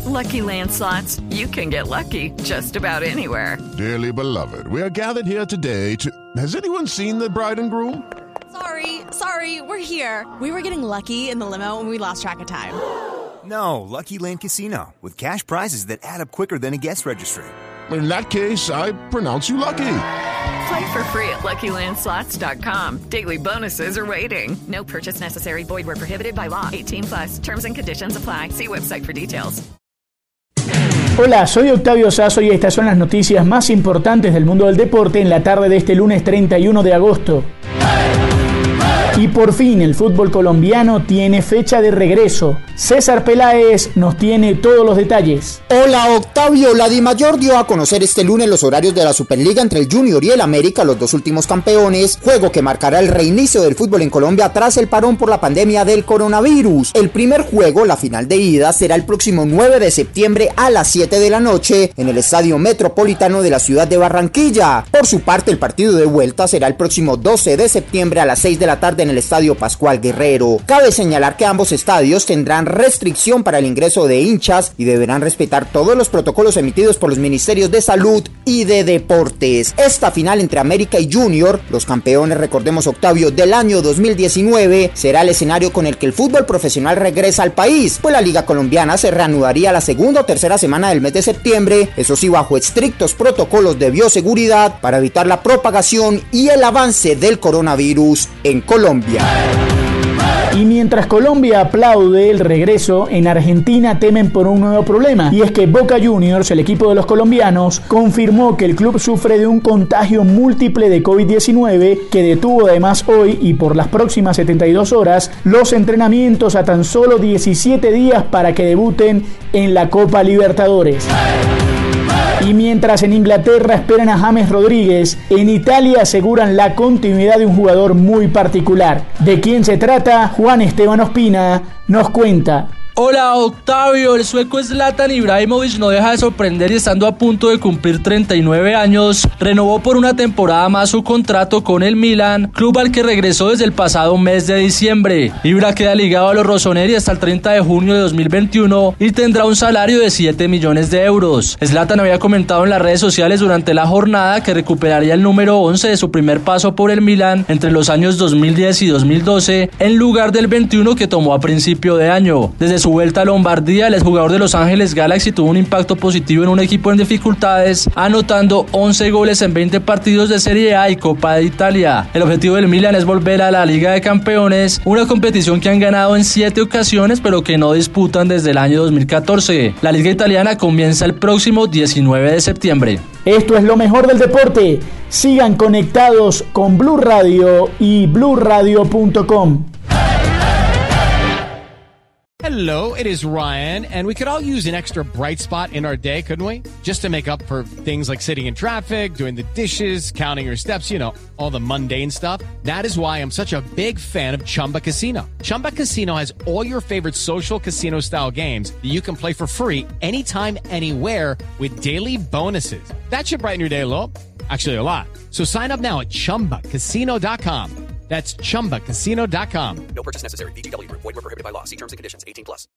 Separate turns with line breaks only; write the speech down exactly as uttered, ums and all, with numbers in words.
Lucky Land Slots, you can get lucky just about anywhere.
Dearly beloved, we are gathered here today to... Has anyone seen the bride and groom?
Sorry, sorry, we're here. We were getting lucky in the limo and we lost track of time.
No, Lucky Land Casino, with cash prizes that add up quicker than a guest registry.
In that case, I pronounce you lucky.
Play for free at Lucky Land Slots dot com. Daily bonuses are waiting. No purchase necessary. Void where prohibited by law. eighteen plus. Terms and conditions apply. See website for details.
Hola, soy Octavio Sazo y estas son las noticias más importantes del mundo del deporte en la tarde de este lunes treinta y uno de agosto. Y por fin el fútbol colombiano tiene fecha de regreso. César Peláez nos tiene todos los detalles.
Hola Octavio, la DIMAYOR dio a conocer este lunes los horarios de la Superliga entre el Junior y el América, los dos últimos campeones, juego que marcará el reinicio del fútbol en Colombia tras el parón por la pandemia del coronavirus. El primer juego, la final de ida, será el próximo nueve de septiembre a las siete de la noche en el Estadio Metropolitano de la ciudad de Barranquilla. Por su parte, el partido de vuelta será el próximo doce de septiembre a las seis de la tarde en el Estadio Pascual Guerrero. Cabe señalar que ambos estadios tendrán restricción para el ingreso de hinchas y deberán respetar todos los protocolos emitidos por los Ministerios de Salud y de Deportes. Esta final entre América y Junior, los campeones, recordemos Octavio, del año dos mil diecinueve, será el escenario con el que el fútbol profesional regresa al país, pues la Liga Colombiana se reanudaría la segunda o tercera semana del mes de septiembre, eso sí bajo estrictos protocolos de bioseguridad para evitar la propagación y el avance del coronavirus en Colombia.
Y mientras Colombia aplaude el regreso, en Argentina temen por un nuevo problema, y es que Boca Juniors, el equipo de los colombianos, confirmó que el club sufre de un contagio múltiple de covid diecinueve que detuvo además hoy y por las próximas setenta y dos horas los entrenamientos a tan solo diecisiete días para que debuten en la Copa Libertadores. Y mientras en Inglaterra esperan a James Rodríguez, en Italia aseguran la continuidad de un jugador muy particular. ¿De quién se trata? Juan Esteban Ospina nos cuenta.
Hola Octavio, el sueco Zlatan Ibrahimovic no deja de sorprender y estando a punto de cumplir treinta y nueve años, renovó por una temporada más su contrato con el Milan, club al que regresó desde el pasado mes de diciembre. Ibra queda ligado a los rossoneri hasta el treinta de junio de dos mil veintiuno y tendrá un salario de siete millones de euros. Zlatan había comentado en las redes sociales durante la jornada que recuperaría el número once de su primer paso por el Milan entre los años dos mil diez y dos mil doce en lugar del veintiuno que tomó a principio de año. Desde su vuelta a Lombardía, el exjugador de Los Ángeles Galaxy tuvo un impacto positivo en un equipo en dificultades, anotando once goles en veinte partidos de Serie A y Copa de Italia. El objetivo del Milan es volver a la Liga de Campeones, una competición que han ganado en siete ocasiones pero que no disputan desde el año dos mil catorce. La Liga Italiana comienza el próximo diecinueve de septiembre.
Esto es lo mejor del deporte. Sigan conectados con Blue Radio y blue radio punto com.
Hello, it is Ryan, and we could all use an extra bright spot in our day, couldn't we? Just to make up for things like sitting in traffic, doing the dishes, counting your steps, you know, all the mundane stuff. That is why I'm such a big fan of Chumba Casino. Chumba Casino has all your favorite social casino-style games that you can play for free anytime, anywhere with daily bonuses. That should brighten your day a little. Actually, a lot. So sign up now at chumba casino dot com. That's chumba casino dot com.
No purchase necessary. V G W Group. Void where prohibited by law. See terms and conditions. eighteen plus.